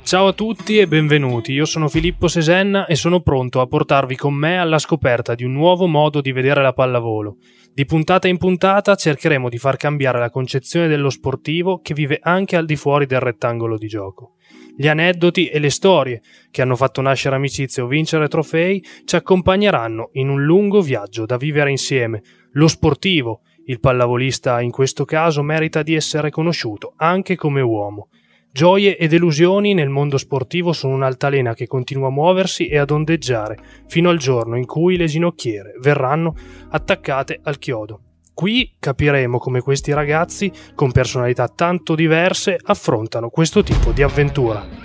Ciao a tutti e benvenuti, io sono Filippo Sesenna e sono pronto a portarvi con me alla scoperta di un nuovo modo di vedere la pallavolo. Di puntata in puntata cercheremo di far cambiare la concezione dello sportivo che vive anche al di fuori del rettangolo di gioco. Gli aneddoti e le storie che hanno fatto nascere amicizie o vincere trofei ci accompagneranno in un lungo viaggio da vivere insieme. Lo sportivo, il pallavolista in questo caso, merita di essere conosciuto anche come uomo. Gioie e delusioni nel mondo sportivo sono un'altalena che continua a muoversi e ad ondeggiare fino al giorno in cui le ginocchiere verranno attaccate al chiodo. Qui capiremo come questi ragazzi, con personalità tanto diverse, affrontano questo tipo di avventura.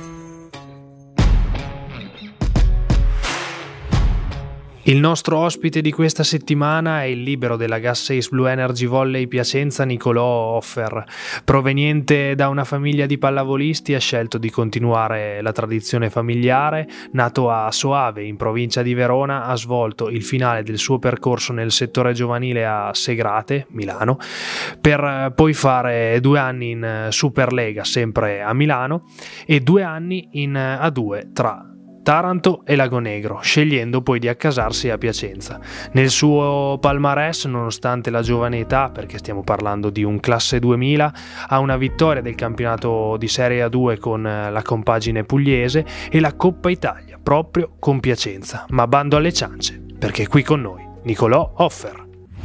Il nostro ospite di questa settimana è il libero della Gas 6 Blue Energy Volley Piacenza Nicolò Offer. Proveniente da una famiglia di pallavolisti, ha scelto di continuare la tradizione familiare. Nato a Soave, in provincia di Verona, ha svolto il finale del suo percorso nel settore giovanile a Segrate, Milano, per poi fare 2 anni in Superlega, sempre a Milano, e 2 anni in A2 tra Taranto e Lagonegro, scegliendo poi di accasarsi a Piacenza. Nel suo palmarès, nonostante la giovane età, perché stiamo parlando di un classe 2000, ha una vittoria del campionato di Serie A2 con la compagine pugliese e la Coppa Italia proprio con Piacenza. Ma bando alle ciance, perché è qui con noi Nicolò Offer.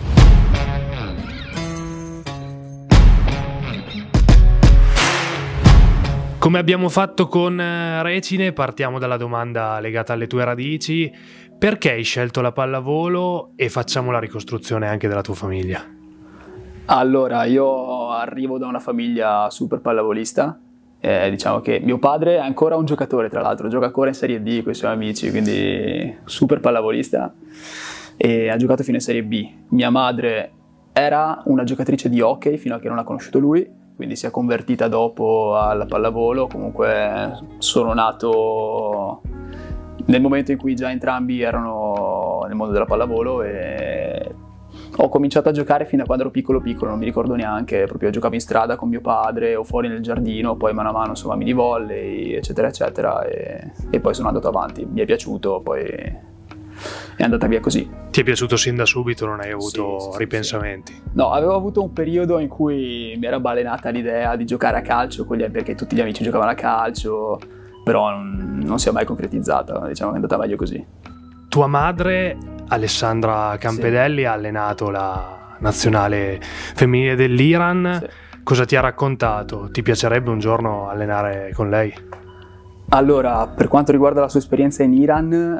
Come abbiamo fatto con Recine, partiamo dalla domanda legata alle tue radici. Perché hai scelto la pallavolo e facciamo la ricostruzione anche della tua famiglia? Allora, io arrivo da una famiglia super pallavolista. Diciamo che mio padre è ancora un giocatore, tra l'altro, gioca ancora in Serie D con i suoi amici, quindi super pallavolista, e ha giocato fino in Serie B. Mia madre era una giocatrice di hockey fino a che non ha conosciuto lui, quindi si è convertita dopo alla pallavolo. Comunque sono nato nel momento in cui già entrambi erano nel mondo della pallavolo e ho cominciato a giocare fino a quando ero piccolo, non mi ricordo neanche, proprio giocavo in strada con mio padre o fuori nel giardino, poi mano a mano insomma mini volley eccetera eccetera e poi sono andato avanti, mi è piaciuto, poi è andata via così. Ti è piaciuto sin da subito, non hai avuto ripensamenti? Sì. No, avevo avuto un periodo in cui mi era balenata l'idea di giocare a calcio perché tutti gli amici giocavano a calcio, però non si è mai concretizzata, diciamo che è andata meglio così. Tua madre, Alessandra Campedelli, sì, ha allenato la nazionale femminile dell'Iran. Sì. Cosa ti ha raccontato? Ti piacerebbe un giorno allenare con lei? Allora, per quanto riguarda la sua esperienza in Iran,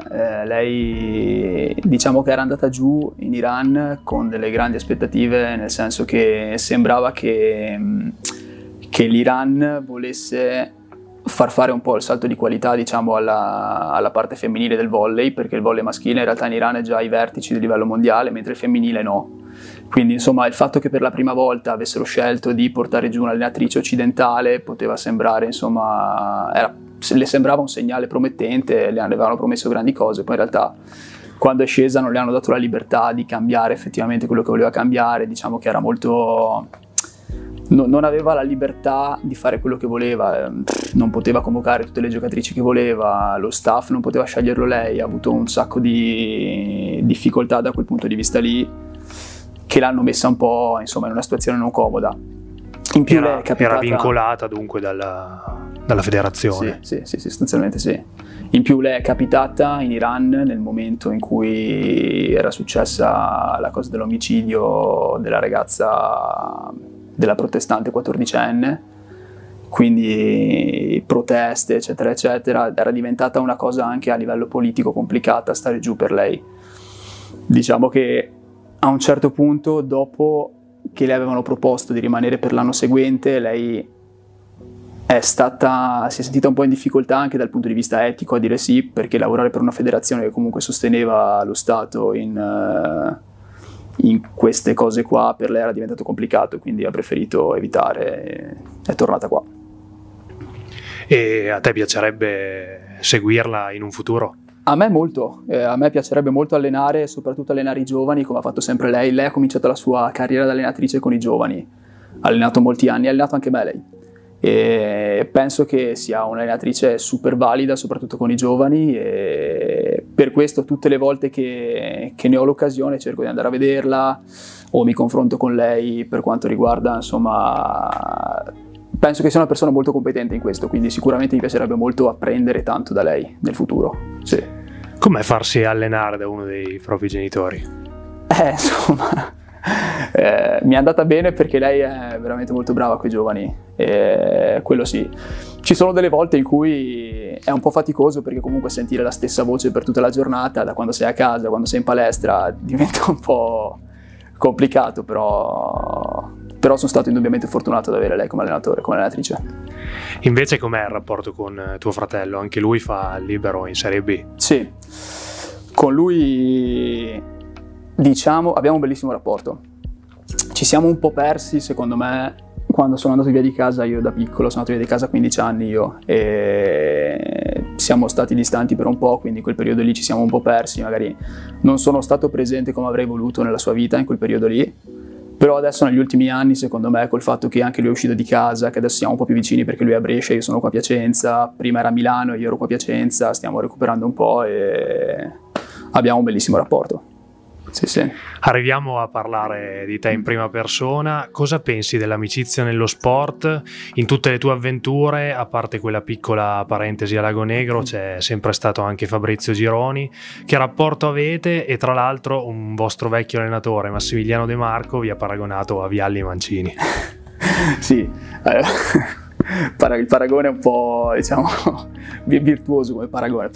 lei diciamo che era andata giù in Iran con delle grandi aspettative, nel senso che sembrava che l'Iran volesse far fare un po' il salto di qualità, diciamo, alla parte femminile del volley, perché il volley maschile in realtà in Iran è già ai vertici del livello mondiale, mentre il femminile no. Quindi insomma il fatto che per la prima volta avessero scelto di portare giù un'allenatrice occidentale poteva sembrare, insomma, le sembrava un segnale promettente, le avevano promesso grandi cose, poi in realtà quando è scesa non le hanno dato la libertà di cambiare effettivamente quello che voleva cambiare, diciamo che era molto... non aveva la libertà di fare quello che voleva, non poteva convocare tutte le giocatrici che voleva, lo staff non poteva sceglierlo lei, ha avuto un sacco di difficoltà da quel punto di vista lì, che l'hanno messa un po' insomma in una situazione non comoda. In più era vincolata dunque dalla federazione. Sì, sostanzialmente sì. In più lei è capitata in Iran nel momento in cui era successa la cosa dell'omicidio della ragazza, della protestante 14enne, quindi proteste eccetera eccetera, era diventata una cosa anche a livello politico complicata stare giù per lei. Diciamo che a un certo punto, dopo che le avevano proposto di rimanere per l'anno seguente, lei si è sentita un po' in difficoltà anche dal punto di vista etico a dire sì, perché lavorare per una federazione che comunque sosteneva lo Stato in queste cose qua per lei era diventato complicato, quindi ha preferito evitare e è tornata qua. E a te piacerebbe seguirla in un futuro? A me molto, a me piacerebbe molto allenare, soprattutto allenare i giovani come ha fatto sempre lei. Lei ha cominciato la sua carriera da allenatrice con i giovani, ha allenato molti anni, ha allenato anche me lei. e penso che sia un'allenatrice super valida, soprattutto con i giovani, e per questo tutte le volte che ne ho l'occasione cerco di andare a vederla o mi confronto con lei per quanto riguarda, insomma, penso che sia una persona molto competente in questo, quindi sicuramente mi piacerebbe molto apprendere tanto da lei nel futuro. Sì. Com'è farsi allenare da uno dei propri genitori? Insomma, mi è andata bene perché lei è veramente molto brava con i giovani, quello sì. Ci sono delle volte in cui è un po' faticoso perché comunque sentire la stessa voce per tutta la giornata, da quando sei a casa, quando sei in palestra, diventa un po' complicato, però sono stato indubbiamente fortunato ad avere lei come allenatore, come allenatrice. Invece com'è il rapporto con tuo fratello? Anche lui fa il libero in Serie B? Sì, con lui diciamo abbiamo un bellissimo rapporto. Ci siamo un po' persi, secondo me, quando sono andato via di casa. Io da piccolo sono andato via di casa a 15 anni io, e siamo stati distanti per un po', quindi in quel periodo lì ci siamo un po' persi, magari non sono stato presente come avrei voluto nella sua vita in quel periodo lì. Però adesso negli ultimi anni, secondo me, col fatto che anche lui è uscito di casa, che adesso siamo un po' più vicini perché lui è a Brescia, io sono qua a Piacenza, prima era a Milano e io ero qua a Piacenza, stiamo recuperando un po' e abbiamo un bellissimo rapporto. Sì, sì. Arriviamo a parlare di te in prima persona. Cosa pensi dell'amicizia nello sport? In tutte le tue avventure, a parte quella piccola parentesi a Lago Negro, c'è sempre stato anche Fabrizio Gironi. Che rapporto avete? E tra l'altro un vostro vecchio allenatore, Massimiliano De Marco, vi ha paragonato a Vialli e Mancini. Sì, il paragone è un po', diciamo, virtuoso come paragone,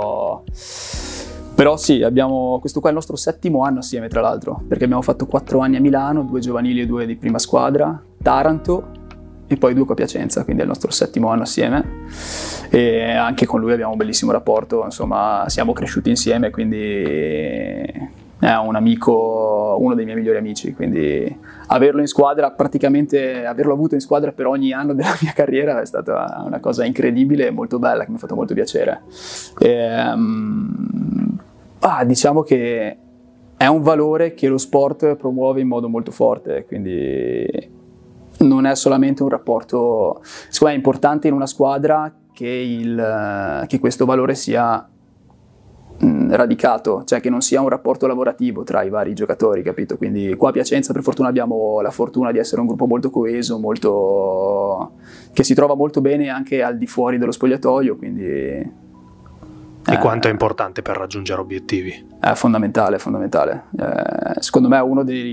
però sì, questo qua è il nostro 7° anno assieme, tra l'altro, perché abbiamo fatto 4 anni a Milano, 2 giovanili e 2 di prima squadra, Taranto e poi 2 qua a Piacenza, quindi è il nostro 7° anno assieme, e anche con lui abbiamo un bellissimo rapporto, insomma siamo cresciuti insieme, quindi è un amico, uno dei miei migliori amici, quindi averlo in squadra, praticamente averlo avuto in squadra per ogni anno della mia carriera è stata una cosa incredibile e molto bella, che mi ha fatto molto piacere. Diciamo che è un valore che lo sport promuove in modo molto forte, quindi non è solamente un rapporto, secondo me è importante in una squadra che questo valore sia radicato, cioè che non sia un rapporto lavorativo tra i vari giocatori, capito? Quindi qua a Piacenza per fortuna abbiamo la fortuna di essere un gruppo molto coeso, che si trova molto bene anche al di fuori dello spogliatoio, quindi e quanto è importante per raggiungere obiettivi? È fondamentale, fondamentale. Secondo me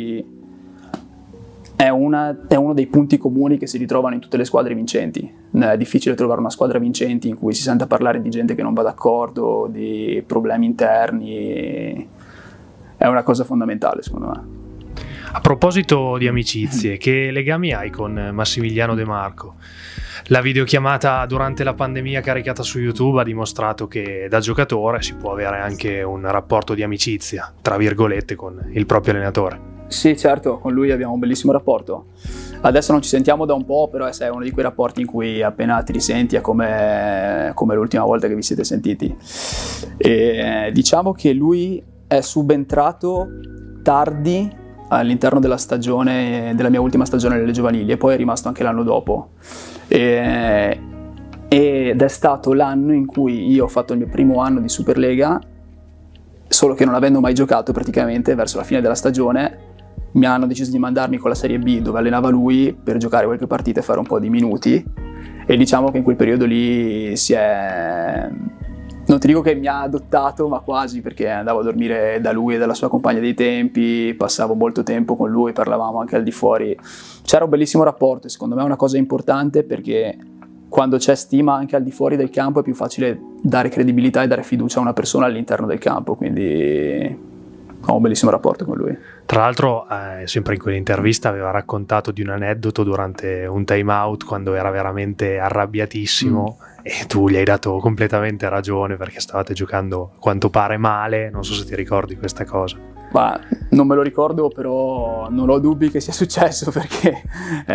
è uno dei punti comuni che si ritrovano in tutte le squadre vincenti. È difficile trovare una squadra vincente in cui si senta parlare di gente che non va d'accordo, di problemi interni. È una cosa fondamentale, secondo me. A proposito di amicizie, che legami hai con Massimiliano De Marco? La videochiamata durante la pandemia caricata su YouTube ha dimostrato che da giocatore si può avere anche un rapporto di amicizia, tra virgolette, con il proprio allenatore. Sì, certo, con lui abbiamo un bellissimo rapporto. Adesso non ci sentiamo da un po', però è uno di quei rapporti in cui appena ti risenti è come l'ultima volta che vi siete sentiti. E diciamo che lui è subentrato tardi all'interno della mia ultima stagione nelle giovanili, e poi è rimasto anche l'anno dopo. Ed è stato l'anno in cui io ho fatto il mio primo anno di Superlega, solo che non avendo mai giocato praticamente, verso la fine della stagione mi hanno deciso di mandarmi con la Serie B dove allenava lui per giocare qualche partita e fare un po' di minuti, e diciamo che in quel periodo lì non ti dico che mi ha adottato, ma quasi, perché andavo a dormire da lui e dalla sua compagna dei tempi, passavo molto tempo con lui, parlavamo anche al di fuori, c'era un bellissimo rapporto, e secondo me è una cosa importante perché quando c'è stima anche al di fuori del campo è più facile dare credibilità e dare fiducia a una persona all'interno del campo, quindi ho un bellissimo rapporto con lui. Tra l'altro, sempre in quell'intervista aveva raccontato di un aneddoto durante un time out quando era veramente arrabbiatissimo e tu gli hai dato completamente ragione perché stavate giocando quanto pare male, non so se ti ricordi questa cosa. Ma non me lo ricordo, però non ho dubbi che sia successo perché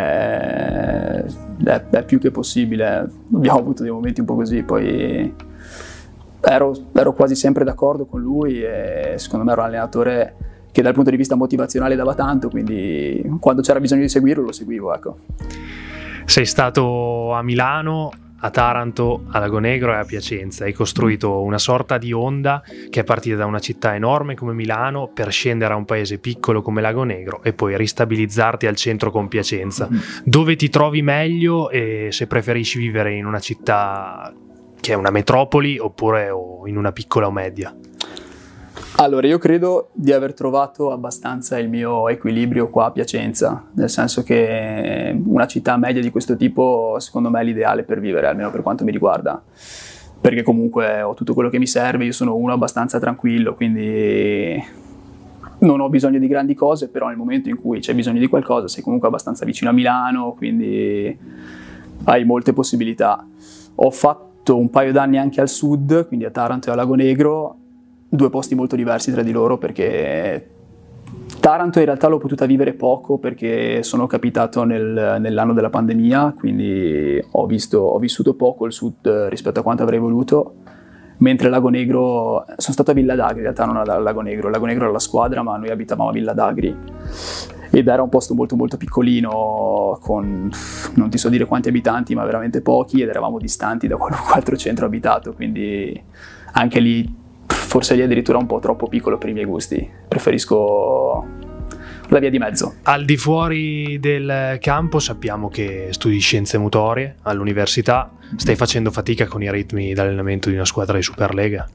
è più che possibile. Abbiamo avuto dei momenti un po' così, poi ero quasi sempre d'accordo con lui e secondo me era un allenatore che dal punto di vista motivazionale dava tanto, quindi quando c'era bisogno di seguirlo lo seguivo, ecco. Sei stato a Milano, a Taranto, a Lagonegro e a Piacenza. Hai costruito una sorta di onda che è partita da una città enorme come Milano per scendere a un paese piccolo come Lagonegro e poi ristabilizzarti al centro con Piacenza. Dove ti trovi meglio e se preferisci vivere in una città che è una metropoli oppure in una piccola o media? Allora, io credo di aver trovato abbastanza il mio equilibrio qua a Piacenza, nel senso che una città media di questo tipo secondo me è l'ideale per vivere, almeno per quanto mi riguarda, perché comunque ho tutto quello che mi serve, io sono uno abbastanza tranquillo, quindi non ho bisogno di grandi cose, però nel momento in cui c'è bisogno di qualcosa sei comunque abbastanza vicino a Milano, quindi hai molte possibilità. Ho fatto un paio d'anni anche al sud, quindi a Taranto e a Lagonegro, due posti molto diversi tra di loro, perché Taranto in realtà l'ho potuta vivere poco perché sono capitato nell'anno della pandemia, quindi ho vissuto poco il sud rispetto a quanto avrei voluto, mentre Lagonegro, sono stato a Villa d'Agri, in realtà non a Lagonegro era la squadra, ma noi abitavamo a Villa d'Agri ed era un posto molto molto piccolino, con non ti so dire quanti abitanti, ma veramente pochi, ed eravamo distanti da qualunque altro centro abitato, quindi anche lì forse lì addirittura un po' troppo piccolo per i miei gusti, preferisco la via di mezzo. Al di fuori del campo sappiamo che studi scienze motorie all'università, stai facendo fatica con i ritmi d'allenamento di una squadra di Superlega?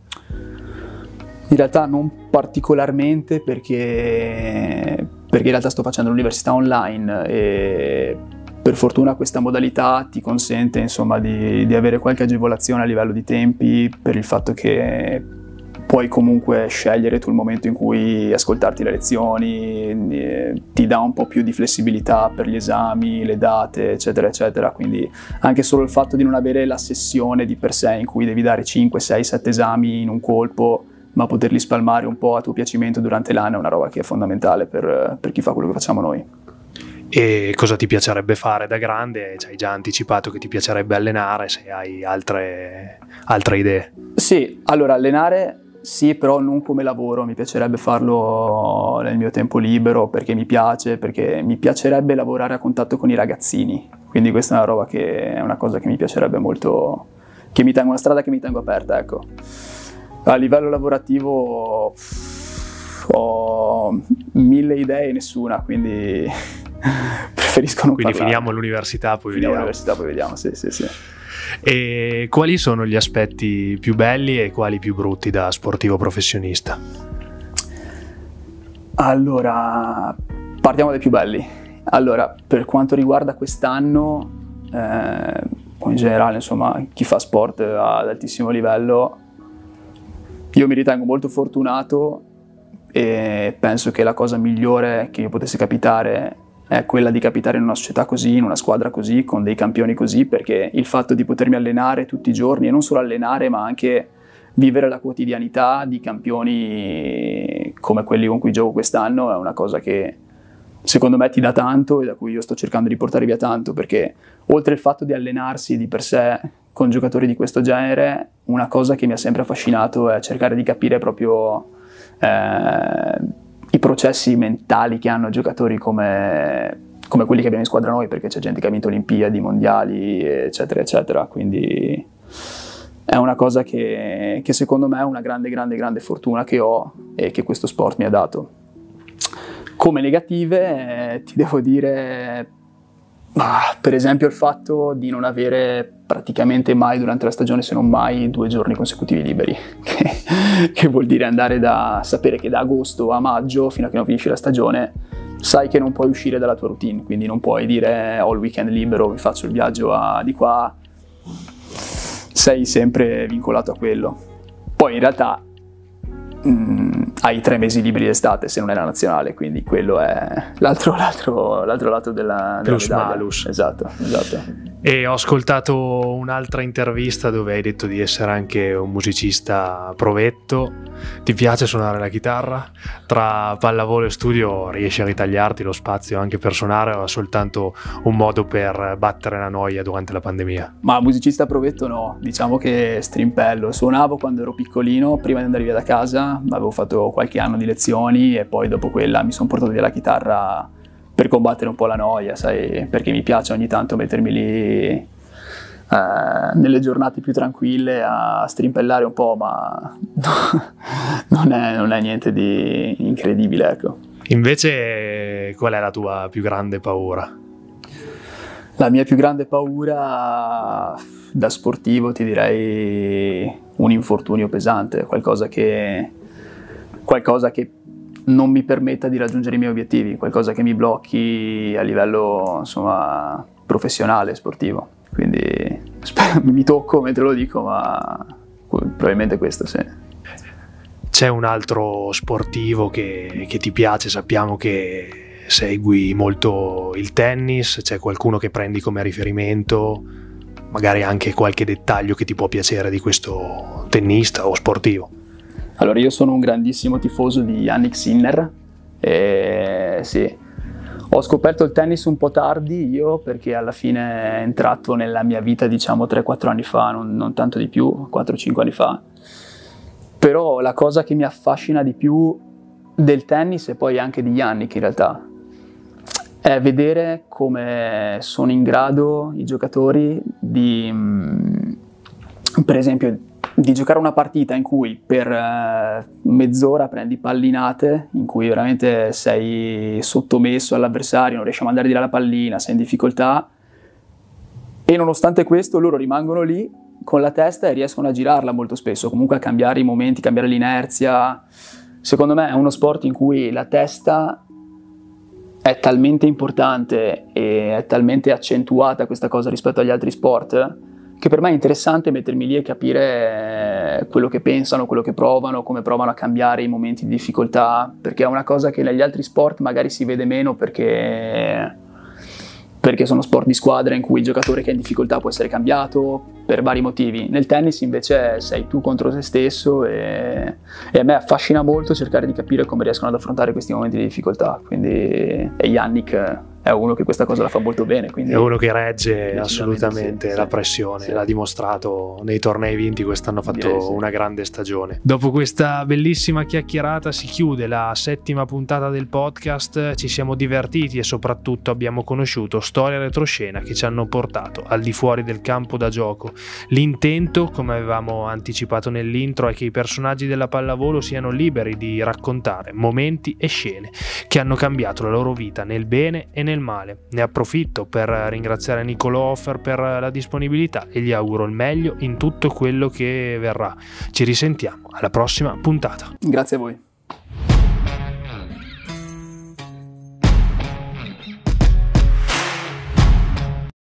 In realtà non particolarmente, perché in realtà sto facendo l'università online e per fortuna questa modalità ti consente insomma di avere qualche agevolazione a livello di tempi, per il fatto che puoi comunque scegliere tu il momento in cui ascoltarti le lezioni, ti dà un po' più di flessibilità per gli esami, le date, eccetera, eccetera. Quindi anche solo il fatto di non avere la sessione di per sé in cui devi dare 5, 6, 7 esami in un colpo, ma poterli spalmare un po' a tuo piacimento durante l'anno è una roba che è fondamentale per chi fa quello che facciamo noi. E cosa ti piacerebbe fare da grande? Ci hai già anticipato che ti piacerebbe allenare, se hai altre idee. Sì, allora allenare sì, però non come lavoro, mi piacerebbe farlo nel mio tempo libero perché mi piacerebbe lavorare a contatto con i ragazzini, quindi questa è una roba che è una cosa che mi piacerebbe molto, una strada che mi tengo aperta, ecco. A livello lavorativo ho 1000 idee e nessuna, quindi preferisco non Quindi parlare. finiamo l'università, poi vediamo, sì. E quali sono gli aspetti più belli e quali più brutti da sportivo professionista? Allora, partiamo dai più belli. Allora, per quanto riguarda quest'anno, o in generale, insomma, chi fa sport ad altissimo livello, io mi ritengo molto fortunato e penso che la cosa migliore che mi potesse capitare è quella di capitare in una società così, in una squadra così, con dei campioni così, perché il fatto di potermi allenare tutti i giorni, e non solo allenare, ma anche vivere la quotidianità di campioni come quelli con cui gioco quest'anno, è una cosa che secondo me ti dà tanto e da cui io sto cercando di portare via tanto, perché oltre al fatto di allenarsi di per sé con giocatori di questo genere, una cosa che mi ha sempre affascinato è cercare di capire proprio i processi mentali che hanno giocatori come quelli che abbiamo in squadra noi, perché c'è gente che ha vinto Olimpiadi, Mondiali, eccetera, eccetera. Quindi è una cosa che secondo me è una grande fortuna che ho e che questo sport mi ha dato. Come negative ti devo dire, per esempio il fatto di non avere praticamente mai durante la stagione, se non mai, 2 giorni consecutivi liberi, che vuol dire andare da sapere che da agosto a maggio, fino a che non finisce la stagione, sai che non puoi uscire dalla tua routine, quindi non puoi dire ho il weekend libero, mi faccio il viaggio di qua, sei sempre vincolato a quello. Poi in realtà hai 3 mesi liberi d'estate se non è la nazionale, quindi quello è l'altro lato della medaglia. Esatto. E ho ascoltato un'altra intervista dove hai detto di essere anche un musicista provetto. Ti piace suonare la chitarra? Tra pallavolo e studio riesci a ritagliarti lo spazio anche per suonare, o è soltanto un modo per battere la noia durante la pandemia? Ma musicista provetto no, diciamo che strimpello. Suonavo quando ero piccolino, prima di andare via da casa, avevo fatto qualche anno di lezioni e poi dopo quella mi sono portato via la chitarra per combattere un po' la noia, sai, perché mi piace ogni tanto mettermi lì nelle giornate più tranquille a strimpellare un po', ma non è niente di incredibile, ecco. Invece, qual è la tua più grande paura? La mia più grande paura da sportivo ti direi un infortunio pesante, qualcosa che non mi permetta di raggiungere i miei obiettivi, qualcosa che mi blocchi a livello, insomma, professionale, sportivo. Quindi mi tocco mentre lo dico, ma probabilmente questo sì. C'è un altro sportivo che ti piace? Sappiamo che segui molto il tennis, c'è qualcuno che prendi come riferimento, magari anche qualche dettaglio che ti può piacere di questo tennista o sportivo? Allora, io sono un grandissimo tifoso di Jannik Sinner, sì. Ho scoperto il tennis un po' tardi io, perché alla fine è entrato nella mia vita, diciamo, 3-4 anni fa, non tanto di più, 4-5 anni fa. Però la cosa che mi affascina di più del tennis e poi anche di Jannik in realtà è vedere come sono in grado i giocatori di, per esempio, di giocare una partita in cui per mezz'ora prendi pallinate, in cui veramente sei sottomesso all'avversario, non riesci a mandare di là la pallina, sei in difficoltà, e nonostante questo loro rimangono lì con la testa e riescono a girarla molto spesso, comunque a cambiare i momenti, cambiare l'inerzia. Secondo me è uno sport in cui la testa è talmente importante e è talmente accentuata questa cosa rispetto agli altri sport, che per me è interessante mettermi lì e capire quello che pensano, quello che provano, come provano a cambiare i momenti di difficoltà, perché è una cosa che negli altri sport magari si vede meno perché sono sport di squadra in cui il giocatore che è in difficoltà può essere cambiato per vari motivi. Nel tennis invece sei tu contro te stesso e a me affascina molto cercare di capire come riescono ad affrontare questi momenti di difficoltà. E Jannik è uno che questa cosa la fa molto bene. Quindi è uno che regge assolutamente sì, la pressione, sì. L'ha dimostrato nei tornei vinti, quest'anno ha fatto sì. una grande stagione. Dopo questa bellissima chiacchierata si chiude la 7ª puntata del podcast, ci siamo divertiti e soprattutto abbiamo conosciuto storie retroscena che ci hanno portato al di fuori del campo da gioco. L'intento, come avevamo anticipato nell'intro, è che i personaggi della pallavolo siano liberi di raccontare momenti e scene che hanno cambiato la loro vita nel bene e nel male. Ne approfitto per ringraziare Nicolò Offer per la disponibilità e gli auguro il meglio in tutto quello che verrà. Ci risentiamo alla prossima puntata. Grazie a voi.